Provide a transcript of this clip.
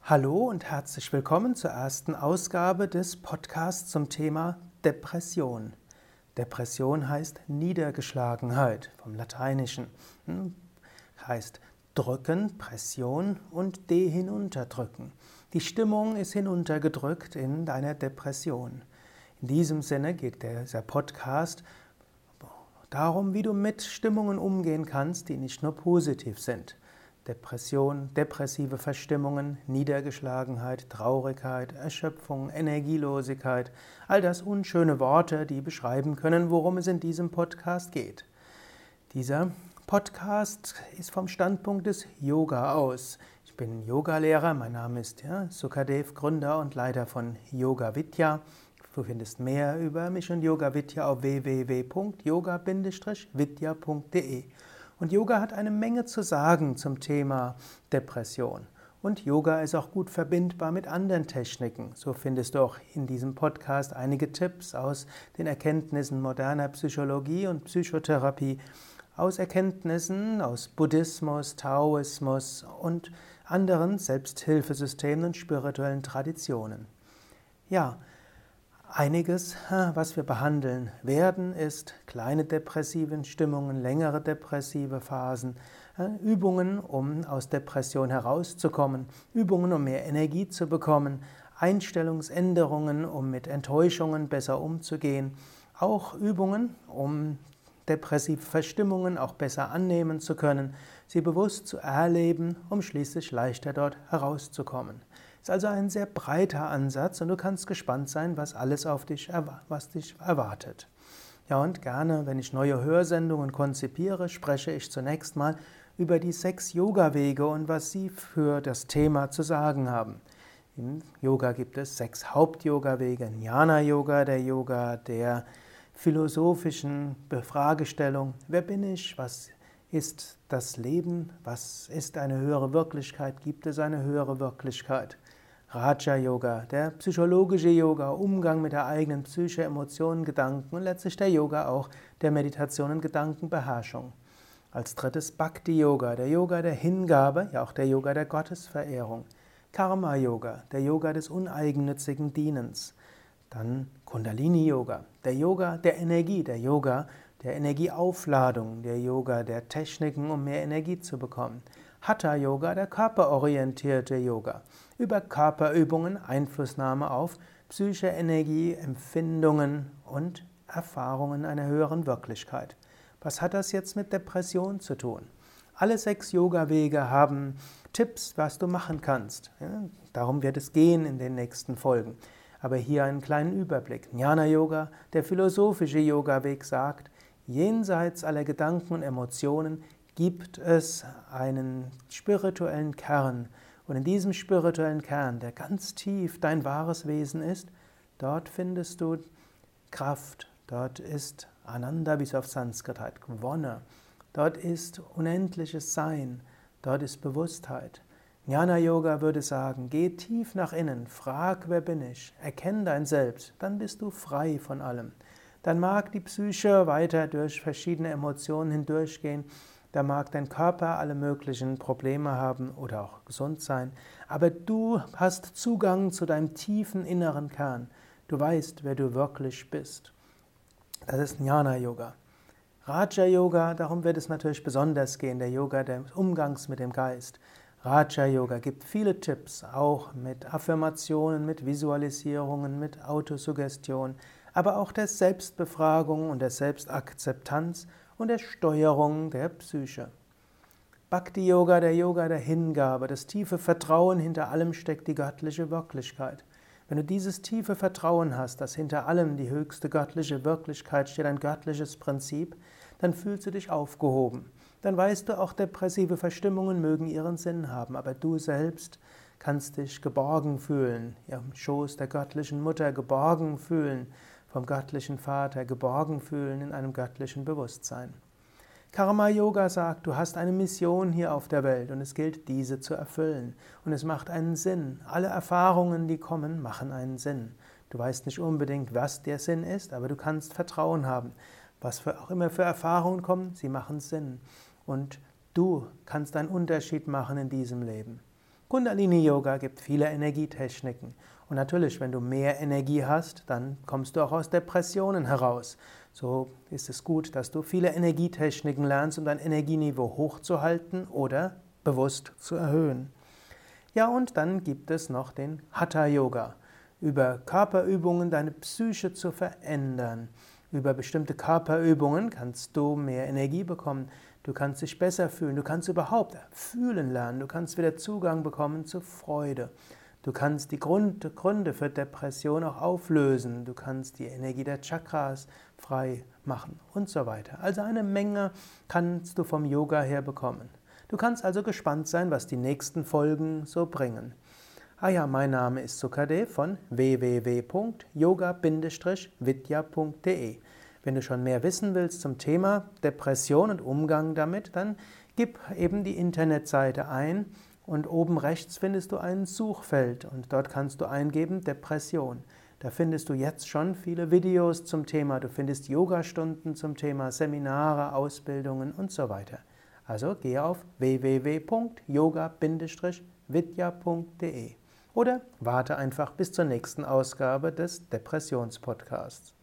Hallo und herzlich willkommen zur ersten Ausgabe des Podcasts zum Thema Depression. Depression heißt Niedergeschlagenheit vom Lateinischen. Heißt drücken, Pression und hinunterdrücken. Die Stimmung ist hinuntergedrückt in deiner Depression. In diesem Sinne geht dieser Podcast darum, wie du mit Stimmungen umgehen kannst, die nicht nur positiv sind. Depression, depressive Verstimmungen, Niedergeschlagenheit, Traurigkeit, Erschöpfung, Energielosigkeit, all das unschöne Worte, die beschreiben können, worum es in diesem Podcast geht. Dieser Podcast ist vom Standpunkt des Yoga aus. Ich bin Yogalehrer, mein Name ist Sukadev, Gründer und Leiter von Yoga Vidya. Du findest mehr über mich und Yoga Vidya auf www.yoga-vidya.de. Und Yoga hat eine Menge zu sagen zum Thema Depression. Und Yoga ist auch gut verbindbar mit anderen Techniken. So findest du auch in diesem Podcast einige Tipps aus den Erkenntnissen moderner Psychologie und Psychotherapie, aus Erkenntnissen aus Buddhismus, Taoismus und anderen Selbsthilfesystemen und spirituellen Traditionen. Ja, einiges, was wir behandeln werden, ist kleine depressive Stimmungen, längere depressive Phasen, Übungen, um aus Depression herauszukommen, Übungen, um mehr Energie zu bekommen, Einstellungsänderungen, um mit Enttäuschungen besser umzugehen, auch Übungen, um depressive Verstimmungen auch besser annehmen zu können, sie bewusst zu erleben, um schließlich leichter dort herauszukommen. Ist also ein sehr breiter Ansatz und du kannst gespannt sein, was dich erwartet. Ja, und gerne, wenn ich neue Hörsendungen konzipiere, spreche ich zunächst mal über die 6 Yoga-Wege und was sie für das Thema zu sagen haben. Im Yoga gibt es 6 Haupt-Yoga-Wege: Jnana-Yoga, der Yoga der philosophischen Befragestellung. Wer bin ich? Was ist das Leben? Was ist eine höhere Wirklichkeit? Gibt es eine höhere Wirklichkeit? Raja Yoga, der psychologische Yoga, Umgang mit der eigenen Psyche, Emotionen, Gedanken und letztlich der Yoga auch der Meditation und Gedankenbeherrschung. Als drittes Bhakti Yoga, der Yoga der Hingabe, ja auch der Yoga der Gottesverehrung. Karma Yoga, der Yoga des uneigennützigen Dienens. Dann Kundalini Yoga, der Yoga der Energie, der Yoga der Energieaufladung, der Yoga der Techniken, um mehr Energie zu bekommen. Hatha Yoga, der körperorientierte Yoga. Über Körperübungen, Einflussnahme auf Psyche, Energie, Empfindungen und Erfahrungen einer höheren Wirklichkeit. Was hat das jetzt mit Depression zu tun? Alle 6 Yoga-Wege haben Tipps, was du machen kannst. Ja, darum wird es gehen in den nächsten Folgen. Aber hier einen kleinen Überblick. Jnana-Yoga, der philosophische Yoga-Weg, sagt, jenseits aller Gedanken und Emotionen gibt es einen spirituellen Kern. Und in diesem spirituellen Kern, der ganz tief dein wahres Wesen ist, dort findest du Kraft, dort ist Ananda, wie es auf Sanskrit heißt, Wonne, dort ist unendliches Sein, dort ist Bewusstheit. Jnana Yoga würde sagen, geh tief nach innen, frag, wer bin ich, erkenn dein Selbst, dann bist du frei von allem. Dann mag die Psyche weiter durch verschiedene Emotionen hindurchgehen, da mag dein Körper alle möglichen Probleme haben oder auch gesund sein, aber du hast Zugang zu deinem tiefen inneren Kern. Du weißt, wer du wirklich bist. Das ist Jnana Yoga. Raja Yoga, darum wird es natürlich besonders gehen, der Yoga des Umgangs mit dem Geist. Raja Yoga gibt viele Tipps, auch mit Affirmationen, mit Visualisierungen, mit Autosuggestion, aber auch der Selbstbefragung und der Selbstakzeptanz und der Steuerung der Psyche. Bhakti Yoga, der Yoga der Hingabe, das tiefe Vertrauen, hinter allem steckt die göttliche Wirklichkeit. Wenn du dieses tiefe Vertrauen hast, dass hinter allem die höchste göttliche Wirklichkeit steht, ein göttliches Prinzip, dann fühlst du dich aufgehoben. Dann weißt du, auch depressive Verstimmungen mögen ihren Sinn haben, aber du selbst kannst dich geborgen fühlen, im Schoß der göttlichen Mutter geborgen fühlen, vom göttlichen Vater geborgen fühlen in einem göttlichen Bewusstsein. Karma Yoga sagt, du hast eine Mission hier auf der Welt und es gilt, diese zu erfüllen. Und es macht einen Sinn. Alle Erfahrungen, die kommen, machen einen Sinn. Du weißt nicht unbedingt, was der Sinn ist, aber du kannst Vertrauen haben. Was auch immer für Erfahrungen kommen, sie machen Sinn. Und du kannst einen Unterschied machen in diesem Leben. Kundalini-Yoga gibt viele Energietechniken. Und natürlich, wenn du mehr Energie hast, dann kommst du auch aus Depressionen heraus. So ist es gut, dass du viele Energietechniken lernst, um dein Energieniveau hochzuhalten oder bewusst zu erhöhen. Ja, und dann gibt es noch den Hatha-Yoga. Über Körperübungen deine Psyche zu verändern. Über bestimmte Körperübungen kannst du mehr Energie bekommen. Du kannst dich besser fühlen. Du kannst überhaupt fühlen lernen. Du kannst wieder Zugang bekommen zu Freude. Du kannst die Gründe für Depression auch auflösen. Du kannst die Energie der Chakras frei machen und so weiter. Also eine Menge kannst du vom Yoga her bekommen. Du kannst also gespannt sein, was die nächsten Folgen so bringen. Ah ja, mein Name ist Sukadev von www.yoga-vidya.de. Wenn du schon mehr wissen willst zum Thema Depression und Umgang damit, dann gib eben die Internetseite ein und oben rechts findest du ein Suchfeld und dort kannst du eingeben Depression. Da findest du jetzt schon viele Videos zum Thema, du findest Yogastunden zum Thema, Seminare, Ausbildungen und so weiter. Also gehe auf www.yoga-vidya.de oder warte einfach bis zur nächsten Ausgabe des Depressionspodcasts.